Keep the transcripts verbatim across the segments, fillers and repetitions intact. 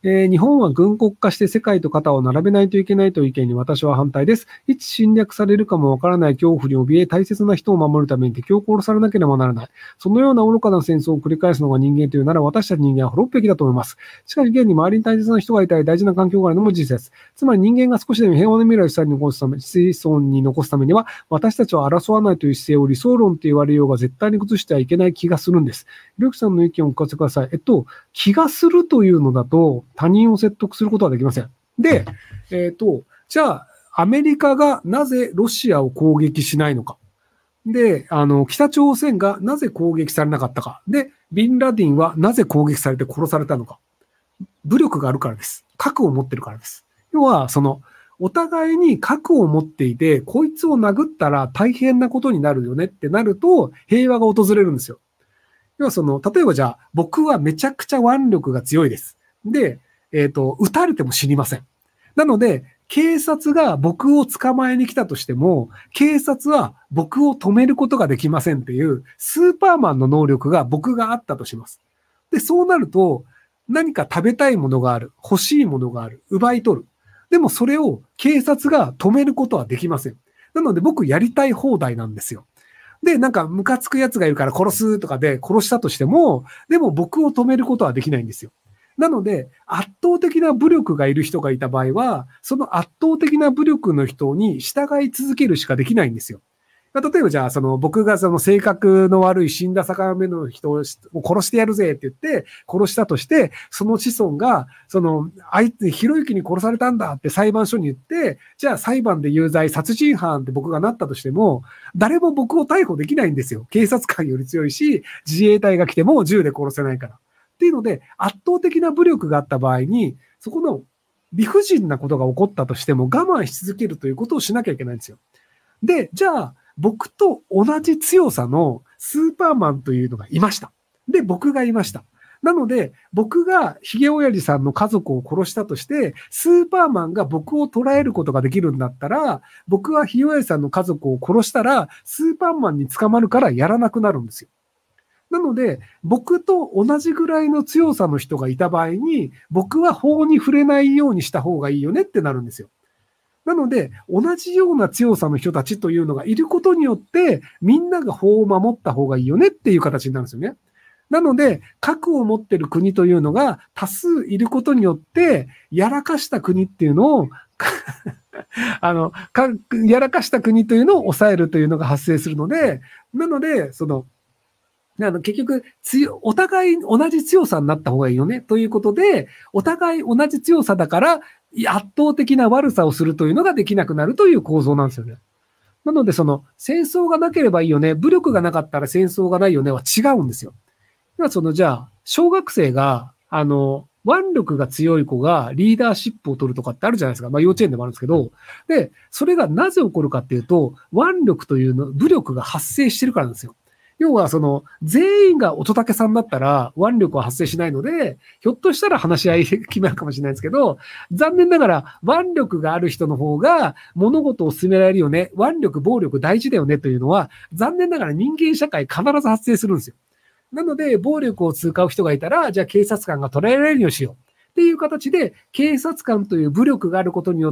えー、日本は軍国化して世界と肩を並べないといけないという意見に私は反対です。いつ侵略されるかもわからない恐怖に怯え、大切な人を守るために敵を殺されなければならない。そのような愚かな戦争を繰り返すのが人間というなら、私たち人間は滅ぶべきだと思います。しかし現に周りに大切な人がいたり、大事な環境があるのも事実です。つまり人間が少しでも平和な未来を下に残すため、子孫に残すためには、私たちは争わないという姿勢を理想論と言われようが絶対に崩してはいけない気がするんです。ひろゆきさんの意見をお聞かせください。えっと、気がするというのだと、他人を説得することはできません。で、えっと、じゃあ、アメリカがなぜロシアを攻撃しないのか。で、あの、北朝鮮がなぜ攻撃されなかったか。で、ビンラディンはなぜ攻撃されて殺されたのか。武力があるからです。核を持ってるからです。要は、その、お互いに核を持っていて、こいつを殴ったら大変なことになるよねってなると、平和が訪れるんですよ。要はその、例えばじゃあ、僕はめちゃくちゃ腕力が強いです。で、えっと、撃たれても死にません。なので、警察が僕を捕まえに来たとしても、警察は僕を止めることができませんっていう、スーパーマンの能力が僕があったとします。で、そうなると、何か食べたいものがある、欲しいものがある、奪い取る。でもそれを警察が止めることはできません。なので僕やりたい放題なんですよ。で、なんかムカつくやつがいるから殺すとかで殺したとしても、でも僕を止めることはできないんですよ。なので、圧倒的な武力がいる人がいた場合は、その圧倒的な武力の人に従い続けるしかできないんですよ。例えばじゃあ、その僕がその性格の悪い死んだ魚目の人を殺してやるぜって言って殺したとして、その子孫が、その、あいつ、ひろゆきに殺されたんだって裁判所に言って、じゃあ裁判で有罪、殺人犯って僕がなったとしても、誰も僕を逮捕できないんですよ。警察官より強いし、自衛隊が来ても銃で殺せないから。っていうので、圧倒的な武力があった場合に、そこの理不尽なことが起こったとしても我慢し続けるということをしなきゃいけないんですよ。で、じゃあ、僕と同じ強さのスーパーマンというのがいました。で、僕がいました。なので、僕がヒゲ親父さんの家族を殺したとして、スーパーマンが僕を捕らえることができるんだったら、僕はヒゲ親父さんの家族を殺したら、スーパーマンに捕まるからやらなくなるんですよ。なので、僕と同じぐらいの強さの人がいた場合に、僕は法に触れないようにした方がいいよねってなるんですよ。なので、同じような強さの人たちというのがいることによって、みんなが法を守った方がいいよねっていう形になるんですよね。なので、核を持っている国というのが多数いることによって、やらかした国っていうのを、あの、か、やらかした国というのを抑えるというのが発生するので、なので、その、あの結局強、お互い同じ強さになった方がいいよねということで、お互い同じ強さだから圧倒的な悪さをするというのができなくなるという構造なんですよね。なので、その戦争がなければいいよね、武力がなかったら戦争がないよねは違うんですよ。そのじゃあ、小学生が、あの、腕力が強い子がリーダーシップを取るとかってあるじゃないですか。まあ幼稚園でもあるんですけど、で、それがなぜ起こるかっていうと、腕力というの、武力が発生してるからなんですよ。要は、その、全員が乙武さんだったら、腕力は発生しないので、ひょっとしたら話し合い決めるかもしれないですけど、残念ながら、腕力がある人の方が、物事を進められるよね、腕力、暴力大事だよねというのは、残念ながら人間社会必ず発生するんですよ。なので、暴力を使う人がいたら、じゃあ警察官が捉えられるようにしよう。っていう形で、警察官という武力があることによって、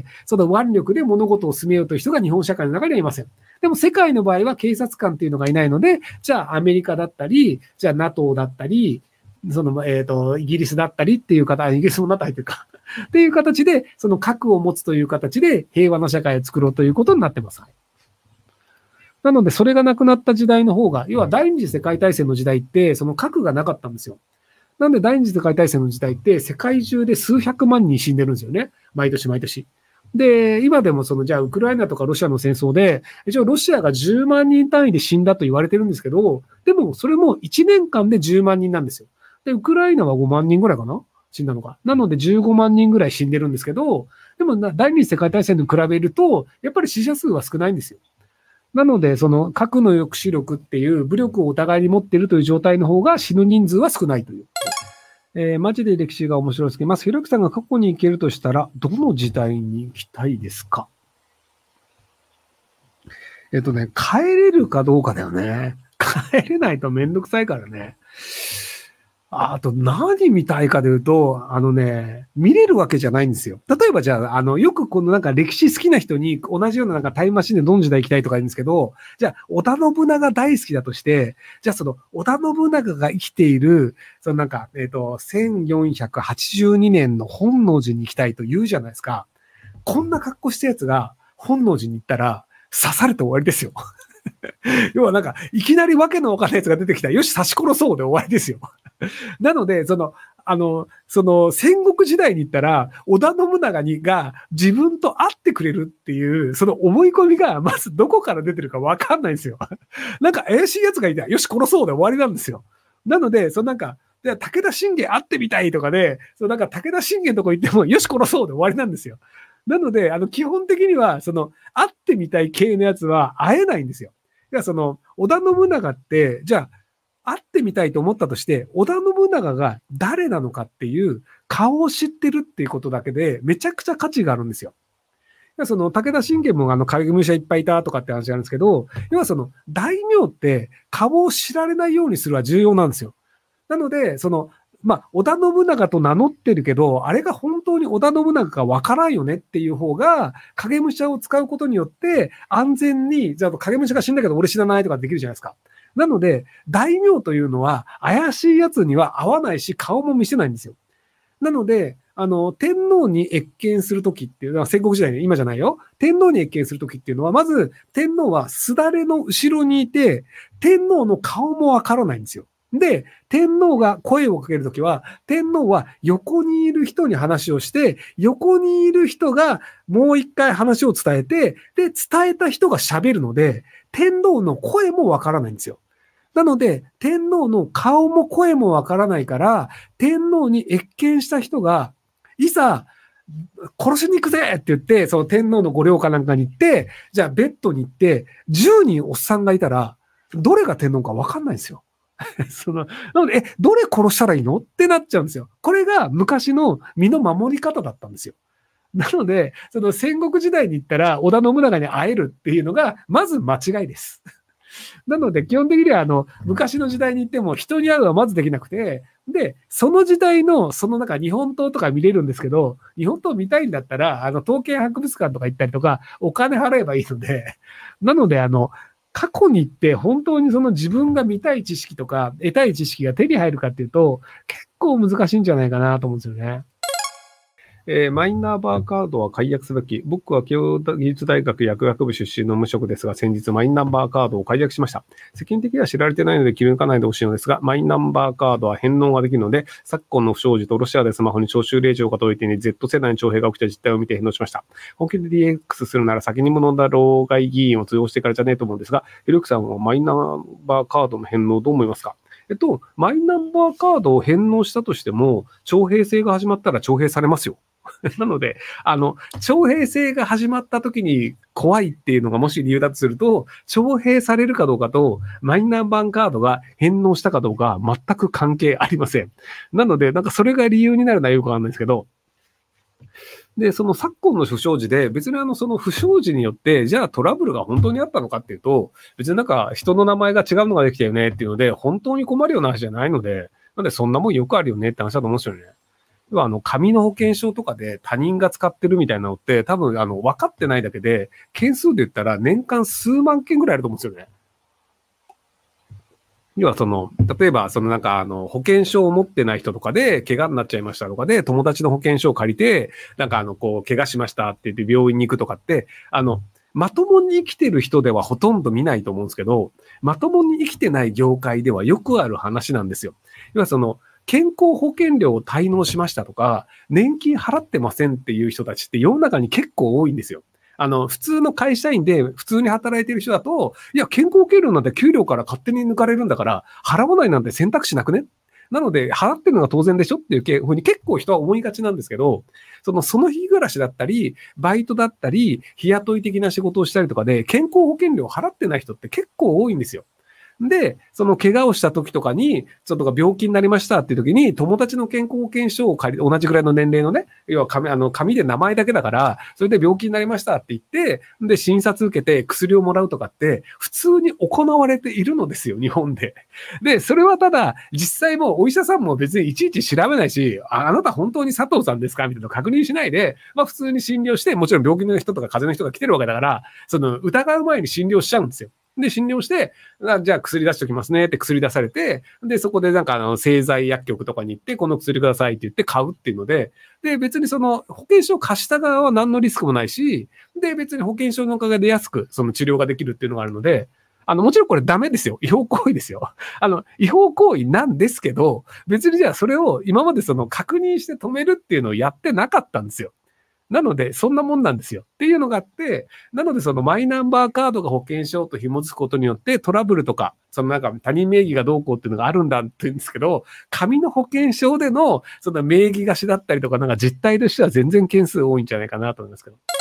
その腕力で物事を進めようという人が日本社会の中にはいません。でも世界の場合は警察官っていうのがいないので、じゃあアメリカだったり、じゃあ NATO だったり、その、えっと、イギリスだったりっていう方、イギリスも NATO 入ってるか。っていう形で、その核を持つという形で平和な社会を作ろうということになってます。なので、それがなくなった時代の方が、要は第二次世界大戦の時代って、その核がなかったんですよ。なんで第二次世界大戦の時代って世界中で数百万人死んでるんですよね。毎年毎年。で、今でもその、じゃあウクライナとかロシアの戦争で、一応ロシアがじゅうまんにん単位で死んだと言われてるんですけど、でもそれもいちねんかんでじゅうまんにんなんですよ。で、ウクライナはごまんにんぐらいかな死んだのか。なのでじゅうごまんにんぐらい死んでるんですけど、でも第二次世界大戦と比べると、やっぱり死者数は少ないんですよ。なので、その核の抑止力っていう武力をお互いに持っているという状態の方が死ぬ人数は少ないという。えー、マジで歴史が面白すぎます。ひろゆきさんが過去に行けるとしたら、どの時代に行きたいですか？えっとね、帰れるかどうかだよね。帰れないとめんどくさいからね。 あと何見たいかで言うと、あのね、見れるわけじゃないんですよ。例えばじゃあ、あの、よくこのなんか歴史好きな人に同じようななんかタイムマシンでどの時代行きたいとか言うんですけど、じゃあ、織田信長大好きだとして、じゃあその織田信長が生きている、そのなんか、えっと、せんよんひゃくはちじゅうにねんの本能寺に行きたいと言うじゃないですか。こんな格好したやつが本能寺に行ったら刺されて終わりですよ。要はなんか、いきなりわけのわかんないやつが出てきたら、よし、刺し殺そうで終わりですよ。なので、その、あの、その戦国時代に行ったら、織田信長にが自分と会ってくれるっていう、その思い込みがまずどこから出てるかわかんないんですよ。なんか怪しい奴がいたら、よし、殺そうで終わりなんですよ。なので、そのなんか、じゃあ武田信玄会ってみたいとかで、そのなんか武田信玄のとこ行っても、よし、殺そうで終わりなんですよ。なので、あの、基本的には、その、会ってみたい系のやつは会えないんですよ。いや、その、織田信長って、じゃあ、会ってみたいと思ったとして、織田信長が誰なのかっていう顔を知ってるっていうことだけで、めちゃくちゃ価値があるんですよ。いや、その、武田信玄もあの、影武者いっぱいいたとかって話なんですけど、要はその、大名って顔を知られないようにするは重要なんですよ。なので、その、まあ、織田信長と名乗ってるけど、あれが本当に織田信長かわからんよねっていう方が、影武者を使うことによって、安全に、じゃあ影武者が死んだけど俺知らないとかできるじゃないですか。なので、大名というのは、怪しい奴には会わないし、顔も見せないんですよ。なので、あの、天皇に謁見するときっていうのは、戦国時代ね、今じゃないよ。天皇に謁見するときっていうのは、まず、天皇はすだれの後ろにいて、天皇の顔もわからないんですよ。で、天皇が声をかけるときは、天皇は横にいる人に話をして、横にいる人がもう一回話を伝えて、で、伝えた人が喋るので、天皇の声もわからないんですよ。なので、天皇の顔も声もわからないから、天皇に謁見した人が、いざ、殺しに行くぜって言って、その天皇の御陵かなんかに行って、じゃあベッドに行って、じゅうにんおっさんがいたら、どれが天皇かわかんないんですよ。その、なので、え、どれ殺したらいいのってなっちゃうんですよ。これが昔の身の守り方だったんですよ。なので、その戦国時代に行ったら織田信長に会えるっていうのが、まず間違いです。なので、基本的には、あの、昔の時代に行っても人に会うはまずできなくて、で、その時代の、そのなんか日本刀とか見れるんですけど、日本刀見たいんだったら、あの、刀剣博物館とか行ったりとか、お金払えばいいので、なので、あの、過去に行って本当にその自分が見たい知識とか得たい知識が手に入るかっていうと、結構難しいんじゃないかなと思うんですよね。えーマイナンバーカードは解約すべき。僕は慶応義塾大学薬学部出身の無職ですが、先日マイナンバーカードを解約しました。世間的には知られてないので気抜かないでほしいのですが、マイナンバーカードは返納ができるので、昨今の不祥事とロシアでスマホに徴収令状が届いてに Z 世代の徴兵が起きた実態を見て返納しました。本気で ディーエックス するなら先にも飲んだ老害議員を通用してからじゃねえと思うんですが、ひろゆきさんはマイナンバーカードの返納どう思いますか？えっと、マイナンバーカードを返納したとしても、徴兵制が始まったら徴兵されますよ。なので、あの、徴兵制が始まった時に怖いっていうのがもし理由だとすると、徴兵されるかどうかと、マイナンバーカードが返納したかどうか全く関係ありません。なので、なんかそれが理由になるのはよくわかんないんですけど、で、その昨今の不祥事で、別にあの、その不祥事によって、じゃあトラブルが本当にあったのかっていうと、別になんか人の名前が違うのができたよねっていうので、本当に困るような話じゃないので、なんでそんなもんよくあるよねって話だと思うんですよね。要はあの、紙の保険証とかで他人が使ってるみたいなのって、多分あの、分かってないだけで、件数で言ったら年間数万件ぐらいあると思うんですよね。要はその、例えばそのなんかあの、保険証を持ってない人とかで、怪我になっちゃいましたとかで、友達の保険証を借りて、なんかあの、こう、怪我しましたって言って病院に行くとかって、あの、まともに生きてる人ではほとんど見ないと思うんですけど、まともに生きてない業界ではよくある話なんですよ。要はその、健康保険料を滞納しましたとか、年金払ってませんっていう人たちって世の中に結構多いんですよ。あの、普通の会社員で普通に働いてる人だと、いや、健康保険料なんて給料から勝手に抜かれるんだから、払わないなんて選択肢なくね？なので、払ってるのが当然でしょっていうふうに結構人は思いがちなんですけど、その、その日暮らしだったり、バイトだったり、日雇い的な仕事をしたりとかで、健康保険料を払ってない人って結構多いんですよ。 で、その怪我をした時とかに、ちょっと病気になりましたっていう時に、友達の健康保険証を借り、同じぐらいの年齢のね、要は紙、あの、紙で名前だけだから、それで病気になりましたって言って、で、診察受けて薬をもらうとかって、普通に行われているのですよ、日本で。で、それはただ、実際もお医者さんも別にいちいち調べないし、あ、あなた本当に佐藤さんですかみたいなの確認しないで、まあ普通に診療して、もちろん病気の人とか風邪の人が来てるわけだから、その疑う前に診療しちゃうんですよ。で、診療して、じゃあ薬出しておきますねって薬出されて、で、そこでなんかあの製剤薬局とかに行って、この薬くださいって言って買うっていうので、で、別にその保険証を貸した側は何のリスクもないし、で、別に保険証のおかげで安くその治療ができるっていうのがあるので、あの、もちろんこれダメですよ。違法行為ですよ。あの、違法行為なんですけど、別にじゃあそれを今までその確認して止めるっていうのをやってなかったんですよ。なので、そんなもんなんですよ。っていうのがあって、なので、そのマイナンバーカードが保険証と紐づくことによってトラブルとか、そのなんか他人名義がどうこうっていうのがあるんだって言うんですけど、紙の保険証でのその名義貸しだったりとか、なんか実態としては全然件数多いんじゃないかなと思いますけど。